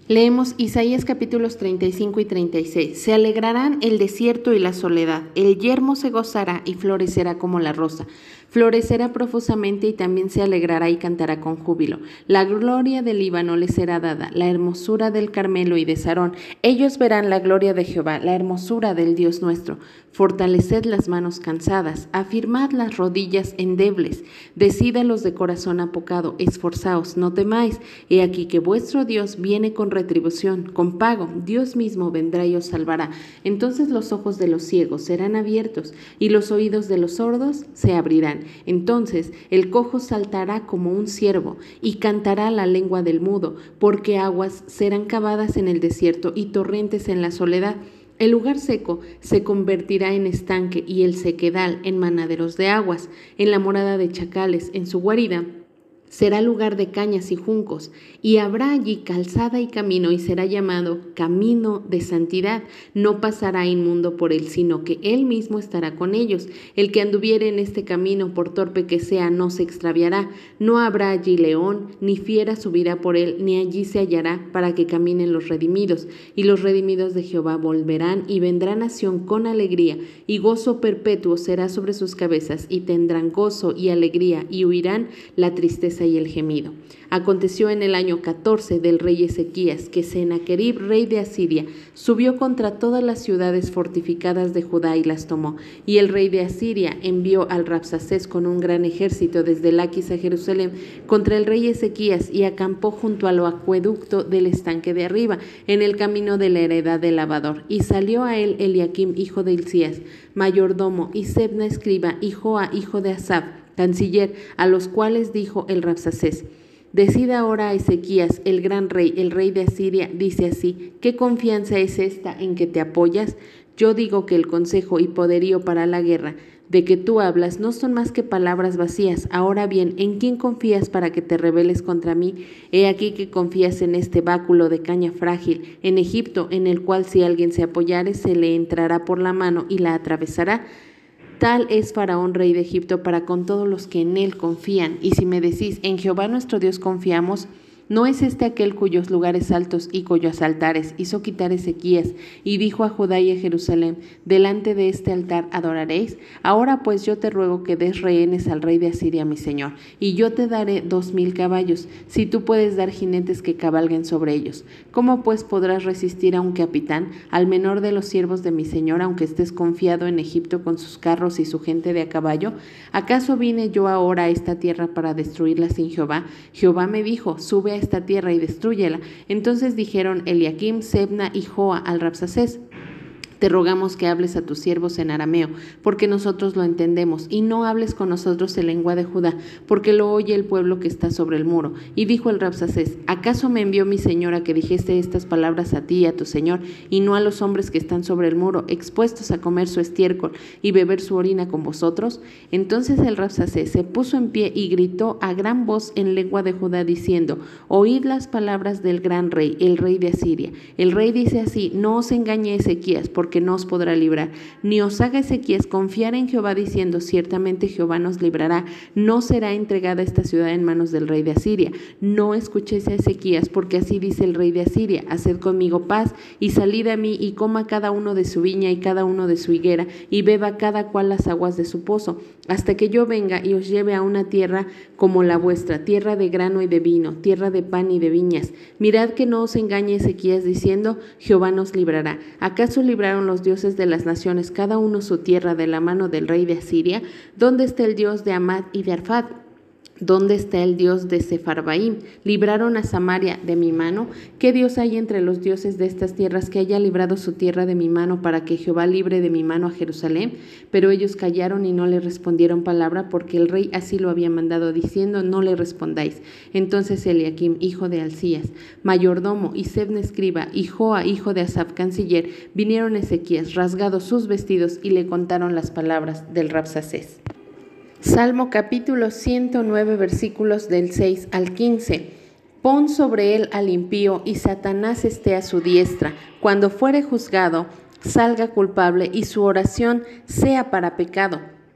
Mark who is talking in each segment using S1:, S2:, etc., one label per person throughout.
S1: Leemos Isaías capítulos 35 y 36. Se alegrarán el desierto y la soledad, el yermo se gozará y florecerá como la rosa. Florecerá profusamente y también se alegrará y cantará con júbilo. La gloria del Líbano les será dada, la hermosura del Carmelo y de Sarón. Ellos verán la gloria de Jehová, la hermosura del Dios nuestro. Fortaleced las manos cansadas, afirmad las rodillas endebles, decid a los de corazón apocado, esforzaos, no temáis. He aquí que vuestro Dios viene con retribución, con pago, Dios mismo vendrá y os salvará. Entonces los ojos de los ciegos serán abiertos y los oídos de los sordos se abrirán. Entonces el cojo saltará como un ciervo y cantará la lengua del mudo, porque aguas serán cavadas en el desierto y torrentes en la soledad. El lugar seco se convertirá en estanque y el sequedal en manaderos de aguas. En la morada de chacales, en su guarida, será lugar de cañas y juncos, y habrá allí calzada y camino, y será llamado camino de santidad. No pasará inmundo por él, sino que él mismo estará con ellos. El que anduviere en este camino, por torpe que sea, no se extraviará. No habrá allí león, ni fiera subirá por él, ni allí se hallará, para que caminen los redimidos. Y los redimidos de Jehová volverán, y vendrá nación con alegría, y gozo perpetuo será sobre sus cabezas, y tendrán gozo y alegría, y huirán la tristeza y el gemido. Aconteció en el año 14 del rey Ezequías que Sennacherib, rey de Asiria, subió contra todas las ciudades fortificadas de Judá y las tomó. Y el rey de Asiria envió al Rabsacés con un gran ejército desde Laquis a Jerusalén contra el rey Ezequías y acampó junto al acueducto del estanque de arriba, en el camino de la heredad del lavador. Y salió a él Eliaquim, hijo de Hilcías, mayordomo, y Sebna, escriba, y Joa, hijo de Asaph, canciller, a los cuales dijo el Rabsacés: Decida ahora a Ezequías, el gran rey, el rey de Asiria, dice así: ¿qué confianza es esta en que te apoyas? Yo digo que el consejo y poderío para la guerra de que tú hablas no son más que palabras vacías. Ahora bien, ¿en quién confías para que te rebeles contra mí? He aquí que confías en este báculo de caña frágil, en Egipto, en el cual si alguien se apoyare, se le entrará por la mano y la atravesará. Tal es Faraón, rey de Egipto, para con todos los que en él confían. Y si me decís, en Jehová nuestro Dios confiamos, ¿no es este aquel cuyos lugares altos y cuyos altares hizo quitar Ezequías y dijo a Judá y a Jerusalén: delante de este altar adoraréis? Ahora pues yo te ruego que des rehenes al rey de Asiria, mi señor, y yo te daré 2000 caballos, si tú puedes dar jinetes que cabalguen sobre ellos. ¿Cómo pues podrás resistir a un capitán, al menor de los siervos de mi señor, aunque estés confiado en Egipto con sus carros y su gente de a caballo? ¿Acaso vine yo ahora a esta tierra para destruirla sin Jehová? Jehová me dijo: sube a esta tierra y destrúyela. Entonces dijeron Eliaquim, Sebna y Joa al Rabsacés: te rogamos que hables a tus siervos en arameo, porque nosotros lo entendemos, y no hables con nosotros en lengua de Judá, porque lo oye el pueblo que está sobre el muro. Y dijo el Rabsacés: ¿acaso me envió mi señor a que dijese estas palabras a ti y a tu señor, y no a los hombres que están sobre el muro, expuestos a comer su estiércol y beber su orina con vosotros? Entonces el Rabsacés se puso en pie y gritó a gran voz en lengua de Judá, diciendo: oíd las palabras del gran rey, el rey de Asiria. El rey dice así: no os engañe Ezequías, porque no os podrá librar, ni os haga Ezequías confiar en Jehová, diciendo: ciertamente Jehová nos librará, no será entregada esta ciudad en manos del rey de Asiria. No escuchéis a Ezequías, porque así dice el rey de Asiria: haced conmigo paz, y salid a mí, y coma cada uno de su viña y cada uno de su higuera, y beba cada cual las aguas de su pozo, hasta que yo venga y os lleve a una tierra como la vuestra, tierra de grano y de vino, tierra de pan y de viñas. Mirad que no os engañe Ezequías diciendo: Jehová nos librará. ¿Acaso libraron los dioses de las naciones cada uno su tierra de la mano del rey de Asiria? ¿Dónde está el Dios de Amad y de Arfad? ¿Dónde está el Dios de Sefarbaim? ¿Libraron a Samaria de mi mano? ¿Qué Dios hay entre los dioses de estas tierras que haya librado su tierra de mi mano, para que Jehová libre de mi mano a Jerusalén? Pero ellos callaron y no le respondieron palabra, porque el rey así lo había mandado, diciendo: no le respondáis. Entonces Eliaquim, hijo de Hilcías, mayordomo, y Sebna, escriba, y Joa, hijo de Asaph, canciller, vinieron a Ezequías, rasgados sus vestidos, y le contaron las palabras del Rabsacés. Salmo capítulo 109, versículos del 6 al 15. Pon sobre él al impío, y Satanás esté a su diestra. Cuando fuere juzgado, salga culpable, y su oración sea para pecado.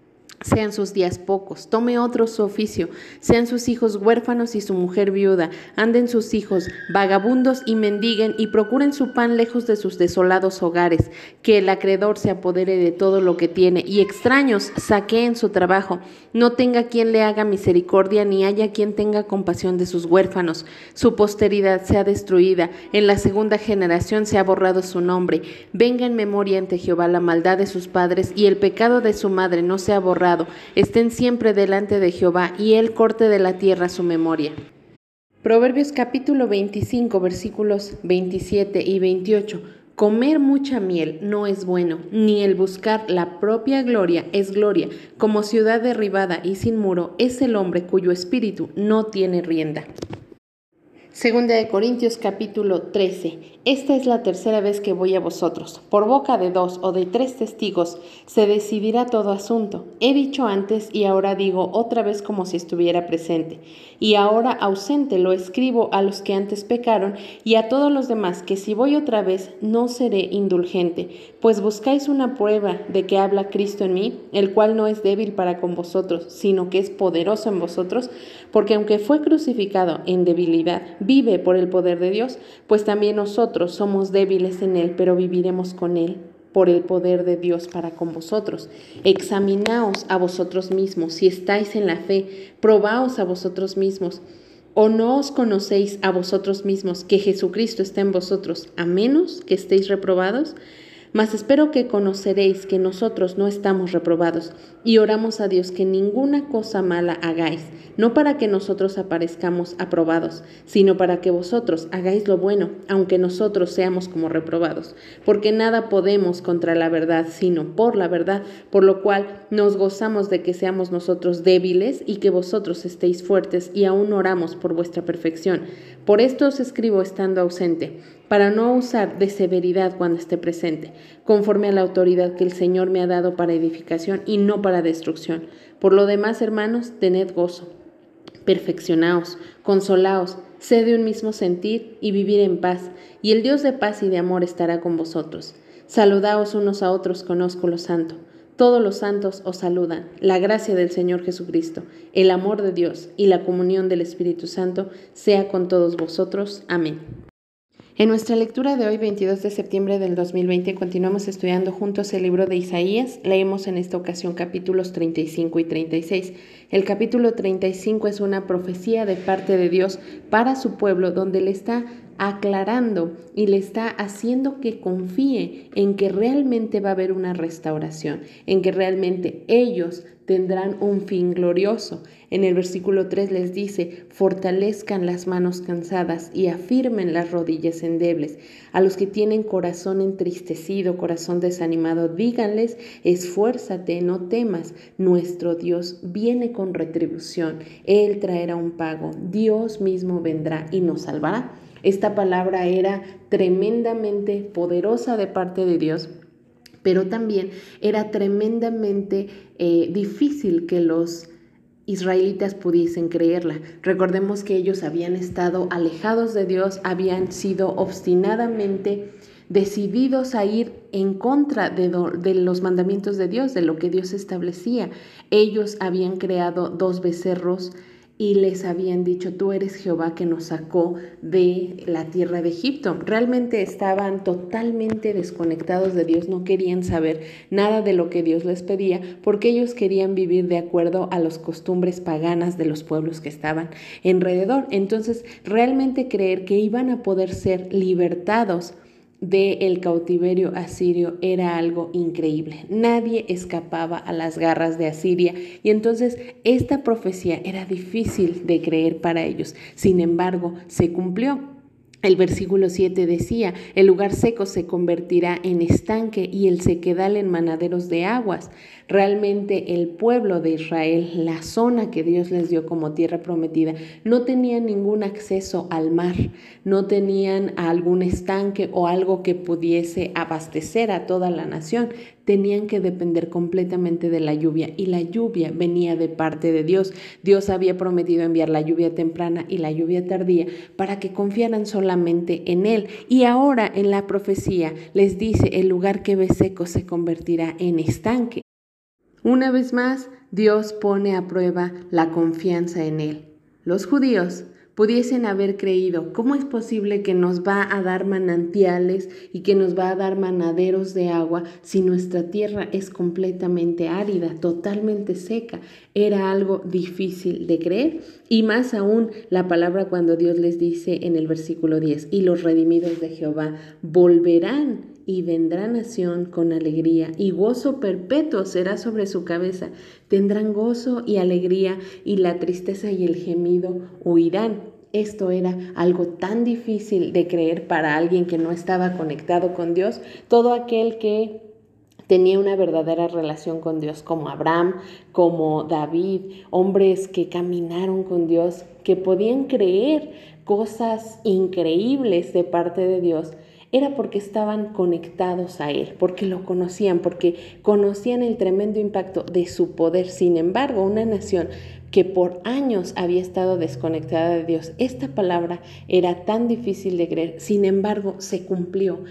S1: sean sus días pocos, tome otro su oficio, sean sus hijos huérfanos y su mujer viuda, anden sus hijos vagabundos y mendiguen y procuren su pan lejos de sus desolados hogares, que el acreedor se apodere de todo lo que tiene y extraños saqueen su trabajo, no tenga quien le haga misericordia ni haya quien tenga compasión de sus huérfanos, su posteridad sea destruida, en la segunda generación se ha borrado su nombre, venga en memoria ante Jehová la maldad de sus padres y el pecado de su madre no sea borrado, estén siempre delante de Jehová y él corte de la tierra su memoria. Proverbios capítulo 25 versículos 27 y 28. Comer mucha miel no es bueno, ni el buscar la propia gloria es gloria. Como ciudad derribada y sin muro es el hombre cuyo espíritu no tiene rienda. Segunda de Corintios capítulo 13. Esta es la tercera vez que voy a vosotros. Por boca de 2 o de 3 testigos se decidirá todo asunto. He dicho antes y ahora digo otra vez como si estuviera presente. Y ahora ausente lo escribo a los que antes pecaron y a todos los demás que si voy otra vez no seré indulgente, pues buscáis una prueba de que habla Cristo en mí, el cual no es débil para con vosotros, sino que es poderoso en vosotros, porque aunque fue crucificado en debilidad, vive por el poder de Dios, pues también nosotros somos débiles en él, pero viviremos con él por el poder de Dios para con vosotros. Examinaos a vosotros mismos, si estáis en la fe, probaos a vosotros mismos. ¿O no os conocéis a vosotros mismos que Jesucristo está en vosotros, a menos que estéis reprobados? Mas espero que conoceréis que nosotros no estamos reprobados, y oramos a Dios que ninguna cosa mala hagáis, no para que nosotros aparezcamos aprobados, sino para que vosotros hagáis lo bueno, aunque nosotros seamos como reprobados. Porque nada podemos contra la verdad, sino por la verdad, por lo cual nos gozamos de que seamos nosotros débiles y que vosotros estéis fuertes, y aún oramos por vuestra perfección. Por esto os escribo estando ausente, para no usar de severidad cuando esté presente, conforme a la autoridad que el Señor me ha dado para edificación y no para destrucción. Por lo demás, hermanos, tened gozo, perfeccionaos, consolaos, sed de un mismo sentir y vivir en paz, y el Dios de paz y de amor estará con vosotros. Saludaos unos a otros con ósculo santo. Todos los santos os saludan. La gracia del Señor Jesucristo, el amor de Dios y la comunión del Espíritu Santo sea con todos vosotros. Amén. En nuestra lectura de hoy, 22 de septiembre del 2020, continuamos estudiando juntos el libro de Isaías. Leemos en esta ocasión capítulos 35 y 36. El capítulo 35 es una profecía de parte de Dios para su pueblo, donde le está aclarando y le está haciendo que confíe en que realmente va a haber una restauración, en que realmente ellos tendrán un fin glorioso. En el versículo 3 les dice: fortalezcan las manos cansadas y afirmen las rodillas endebles. A los que tienen corazón entristecido, corazón desanimado, díganles: esfuérzate, no temas, nuestro Dios viene con retribución, Él traerá un pago, Dios mismo vendrá y nos salvará. Esta palabra era tremendamente poderosa de parte de Dios, pero también era tremendamente difícil que los israelitas pudiesen creerla. Recordemos que ellos habían estado alejados de Dios, habían sido obstinadamente decididos a ir en contra de los mandamientos de Dios, de lo que Dios establecía. Ellos habían creado 2 becerros y les habían dicho: tú eres Jehová que nos sacó de la tierra de Egipto. Realmente estaban totalmente desconectados de Dios, no querían saber nada de lo que Dios les pedía, porque ellos querían vivir de acuerdo a las costumbres paganas de los pueblos que estaban alrededor. Entonces, realmente creer que iban a poder ser libertados del cautiverio asirio era algo increíble. Nadie escapaba a las garras de Asiria y entonces esta profecía era difícil de creer para ellos. Sin embargo, se cumplió. El versículo 7 decía: el lugar seco se convertirá en estanque y el sequedal en manaderos de aguas. Realmente el pueblo de Israel, la zona que Dios les dio como tierra prometida, no tenían ningún acceso al mar, no tenían algún estanque o algo que pudiese abastecer a toda la nación. Tenían que depender completamente de la lluvia y la lluvia venía de parte de Dios. Dios había prometido enviar la lluvia temprana y la lluvia tardía para que confiaran solamente en Él. Y ahora en la profecía les dice: el lugar que ve seco se convertirá en estanque. Una vez más, Dios pone a prueba la confianza en Él. Los judíos pudiesen haber creído, ¿cómo es posible que nos va a dar manantiales y que nos va a dar manaderos de agua si nuestra tierra es completamente árida, totalmente seca? Era algo difícil de creer, y más aún la palabra cuando Dios les dice en el versículo 10, y los redimidos de Jehová volverán y vendrá nación con alegría, y gozo perpetuo será sobre su cabeza. Tendrán gozo y alegría, y la tristeza y el gemido huirán. Esto era algo tan difícil de creer para alguien que no estaba conectado con Dios. Todo aquel que tenía una verdadera relación con Dios, como Abraham, como David, hombres que caminaron con Dios, que podían creer cosas increíbles de parte de Dios, era porque estaban conectados a Él, porque lo conocían, porque conocían el tremendo impacto de su poder. Sin embargo, una nación que por años había estado desconectada de Dios, esta palabra era tan difícil de creer. Sin embargo, se cumplió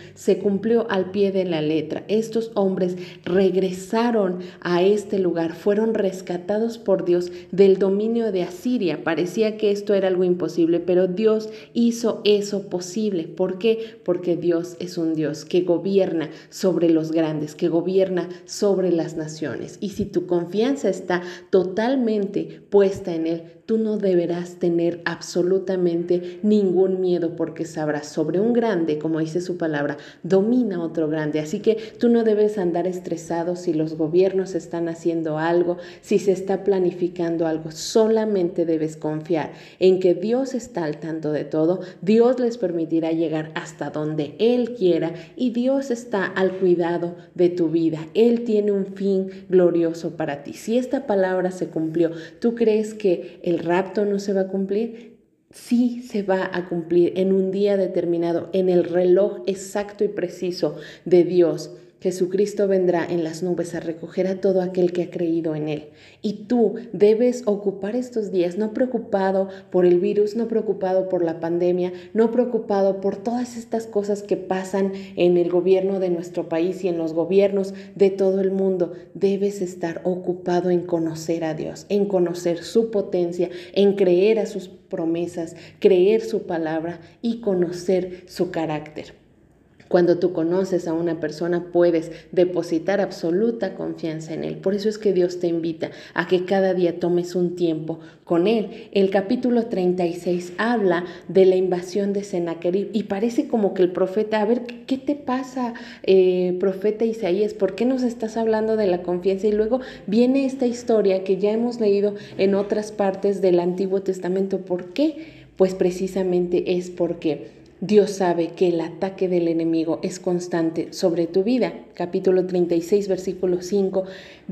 S1: al pie de la letra. Estos hombres regresaron a este lugar, fueron rescatados por Dios del dominio de Asiria. Parecía que esto era algo imposible, pero Dios hizo eso posible. ¿Por qué? Porque Dios es un Dios que gobierna sobre los grandes, que gobierna sobre las naciones. Y si tu confianza está totalmente puesta en Él, tú no deberás tener absolutamente ningún miedo, porque sabrás, sobre un grande, como dice su palabra, domina otro grande. Así que tú no debes andar estresado si los gobiernos están haciendo algo, si se está planificando algo. Solamente debes confiar en que Dios está al tanto de todo. Dios les permitirá llegar hasta donde Él quiera, y Dios está al cuidado de tu vida. Él tiene un fin glorioso para ti. Si esta palabra se cumplió, ¿tú crees que el rapto no se va a cumplir? Sí se va a cumplir en un día determinado, en el reloj exacto y preciso de Dios. Jesucristo vendrá en las nubes a recoger a todo aquel que ha creído en Él. Y tú debes ocupar estos días, no preocupado por el virus, no preocupado por la pandemia, no preocupado por todas estas cosas que pasan en el gobierno de nuestro país y en los gobiernos de todo el mundo. Debes estar ocupado en conocer a Dios, en conocer su potencia, en creer a sus promesas, creer su palabra y conocer su carácter. Cuando tú conoces a una persona, puedes depositar absoluta confianza en Él. Por eso es que Dios te invita a que cada día tomes un tiempo con Él. El capítulo 36 habla de la invasión de Sennacherib, y parece como que el profeta, a ver, ¿qué te pasa, profeta Isaías? ¿Por qué nos estás hablando de la confianza? Y luego viene esta historia que ya hemos leído en otras partes del Antiguo Testamento. ¿Por qué? Pues precisamente es porque Dios sabe que el ataque del enemigo es constante sobre tu vida. Capítulo 36, versículo 5,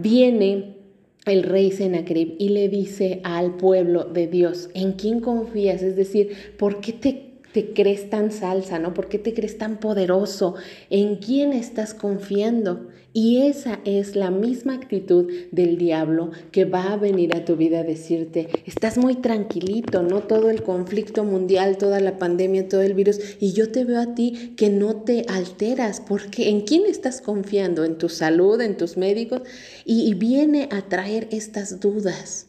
S1: viene el rey Sennacherib y le dice al pueblo de Dios, ¿en quién confías? Es decir, ¿por qué te crees tan salsa, ¿no? ¿Por qué te crees tan poderoso? ¿En quién estás confiando? Y esa es la misma actitud del diablo que va a venir a tu vida a decirte, estás muy tranquilito, ¿no? Todo el conflicto mundial, toda la pandemia, todo el virus, y yo te veo a ti que no te alteras. ¿Porque ¿en quién estás confiando? ¿En tu salud, en tus médicos? Y viene a traer estas dudas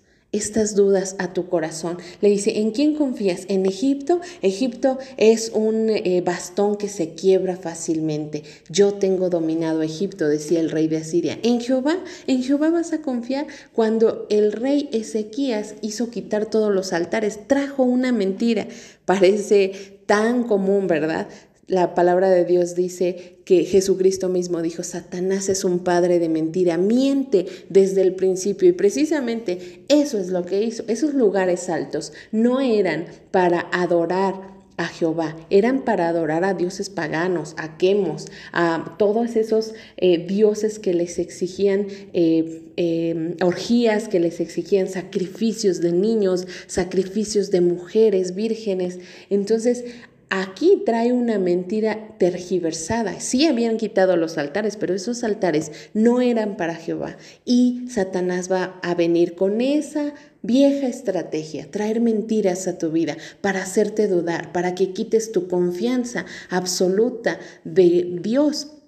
S1: a tu corazón. Le dice, ¿en quién confías? ¿En Egipto? Egipto es un bastón que se quiebra fácilmente. Yo tengo dominado Egipto, decía el rey de Asiria. ¿En Jehová? ¿En Jehová vas a confiar? Cuando el rey Ezequías hizo quitar todos los altares, trajo una mentira. Parece tan común, ¿verdad? La palabra de Dios dice que Jesucristo mismo dijo, Satanás es un padre de mentira, miente desde el principio, y precisamente eso es lo que hizo. Esos lugares altos no eran para adorar a Jehová, eran para adorar a dioses paganos, a Quemos, a todos esos dioses que les exigían orgías, que les exigían sacrificios de niños, sacrificios de mujeres vírgenes. Entonces, aquí trae una mentira tergiversada. Sí habían quitado los altares, pero esos altares no eran para Jehová. Y Satanás va a venir con esa vieja estrategia, traer mentiras a tu vida para hacerte dudar, para que quites tu confianza absoluta de Dios.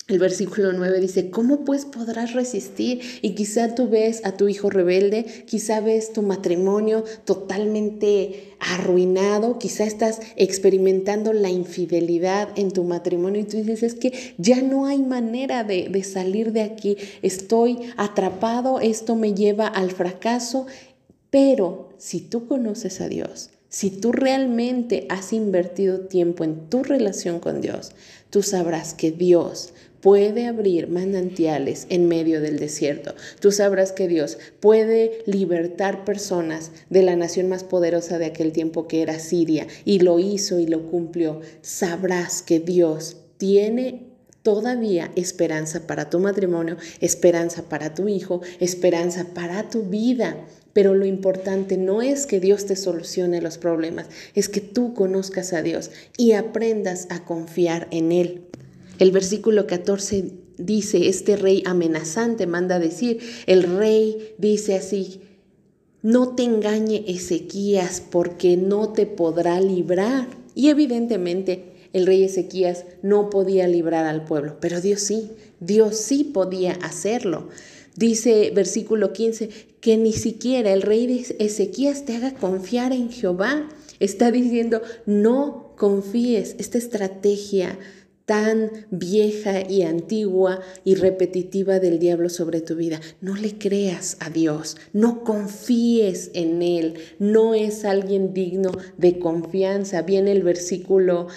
S1: El versículo 9 dice, ¿cómo pues podrás resistir? Y quizá tú ves a tu hijo rebelde, quizá ves tu matrimonio totalmente arruinado, quizá estás experimentando la infidelidad en tu matrimonio y tú dices, es que ya no hay manera de salir de aquí, estoy atrapado, esto me lleva al fracaso. Pero si tú conoces a Dios, si tú realmente has invertido tiempo en tu relación con Dios, tú sabrás que Dios puede abrir manantiales en medio del desierto. Tú sabrás que Dios puede libertar personas de la nación más poderosa de aquel tiempo que era Siria, y lo hizo y lo cumplió. Sabrás que Dios tiene todavía esperanza para tu matrimonio, esperanza para tu hijo, esperanza para tu vida. Pero lo importante no es que Dios te solucione los problemas, es que tú conozcas a Dios y aprendas a confiar en Él. El versículo 14 dice, este rey amenazante manda a decir, el rey dice así, no te engañe Ezequías porque no te podrá librar. Y evidentemente el rey Ezequías no podía librar al pueblo, pero Dios sí podía hacerlo. Dice versículo 15, que ni siquiera el rey de Ezequías te haga confiar en Jehová. Está diciendo, no confíes. Esta estrategia tan vieja y antigua y repetitiva del diablo sobre tu vida. No le creas a Dios, no confíes en Él, no es alguien digno de confianza. Viene el versículo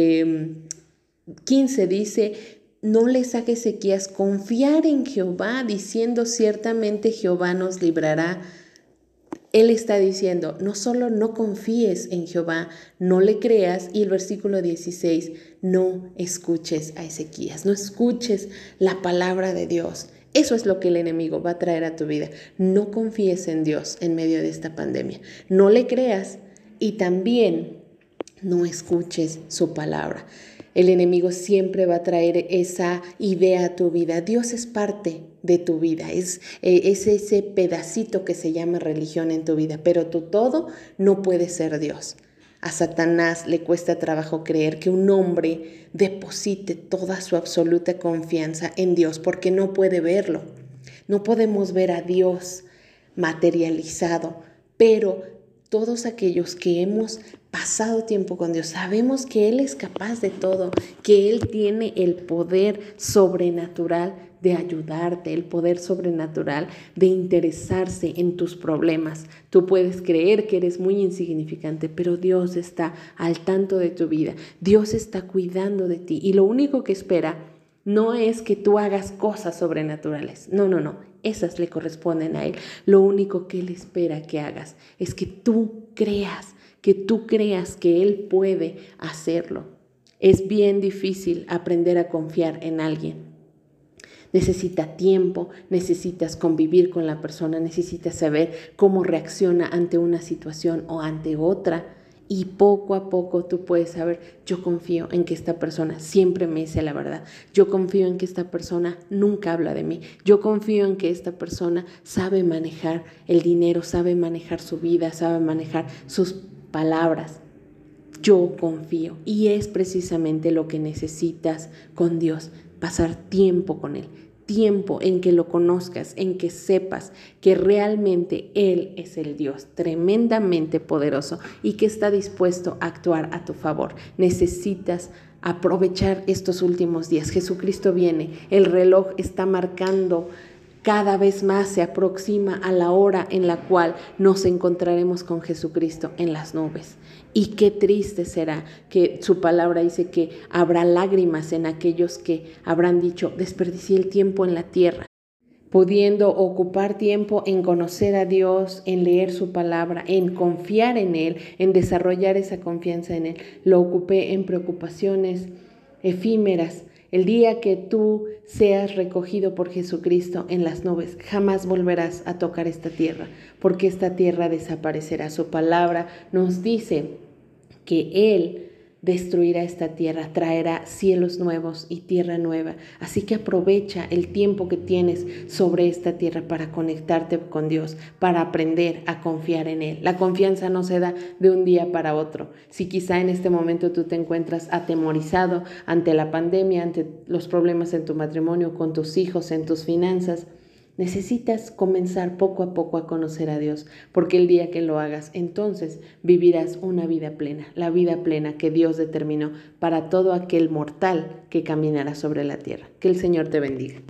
S1: 15, dice, no les haga Ezequías confiar en Jehová, diciendo ciertamente Jehová nos librará. Él está diciendo, no solo no confíes en Jehová, no le creas. Y el versículo 16, no escuches a Ezequías, no escuches la palabra de Dios. Eso es lo que el enemigo va a traer a tu vida. No confíes en Dios en medio de esta pandemia. No le creas y también no escuches su palabra. El enemigo siempre va a traer esa idea a tu vida. Dios es parte de tu vida, es ese pedacito que se llama religión en tu vida, pero tu todo no puede ser Dios. A Satanás le cuesta trabajo creer que un hombre deposite toda su absoluta confianza en Dios porque no puede verlo. No podemos ver a Dios materializado, pero todos aquellos que hemos pasado tiempo con Dios, sabemos que Él es capaz de todo, que Él tiene el poder sobrenatural de ayudarte, el poder sobrenatural de interesarse en tus problemas. Tú puedes creer que eres muy insignificante, pero Dios está al tanto de tu vida. Dios está cuidando de ti y lo único que espera no es que tú hagas cosas sobrenaturales. No. Esas le corresponden a Él. Lo único que Él espera que hagas es que tú creas que Él puede hacerlo. Es bien difícil aprender a confiar en alguien. Necesita tiempo, necesitas convivir con la persona, necesitas saber cómo reacciona ante una situación o ante otra. Y poco a poco tú puedes saber, yo confío en que esta persona siempre me dice la verdad. Yo confío en que esta persona nunca habla de mí. Yo confío en que esta persona sabe manejar el dinero, sabe manejar su vida, sabe manejar sus palabras. Yo confío. Y es precisamente lo que necesitas con Dios, pasar tiempo con Él. Tiempo en que lo conozcas, en que sepas que realmente Él es el Dios tremendamente poderoso y que está dispuesto a actuar a tu favor. Necesitas aprovechar estos últimos días. Jesucristo viene, el reloj está marcando, cada vez más se aproxima a la hora en la cual nos encontraremos con Jesucristo en las nubes. Y qué triste será que su palabra dice que habrá lágrimas en aquellos que habrán dicho, desperdicié el tiempo en la tierra, pudiendo ocupar tiempo en conocer a Dios, en leer su palabra, en confiar en Él, en desarrollar esa confianza en Él. Lo ocupé en preocupaciones efímeras. El día que tú seas recogido por Jesucristo en las nubes, jamás volverás a tocar esta tierra, porque esta tierra desaparecerá. Su palabra nos dice que Él destruirá esta tierra, traerá cielos nuevos y tierra nueva. Así que aprovecha el tiempo que tienes sobre esta tierra para conectarte con Dios, para aprender a confiar en Él. La confianza no se da de un día para otro. Si quizá en este momento tú te encuentras atemorizado ante la pandemia, ante los problemas en tu matrimonio, con tus hijos, en tus finanzas, necesitas comenzar poco a poco a conocer a Dios, porque el día que lo hagas, entonces vivirás una vida plena, la vida plena que Dios determinó para todo aquel mortal que caminará sobre la tierra. Que el Señor te bendiga.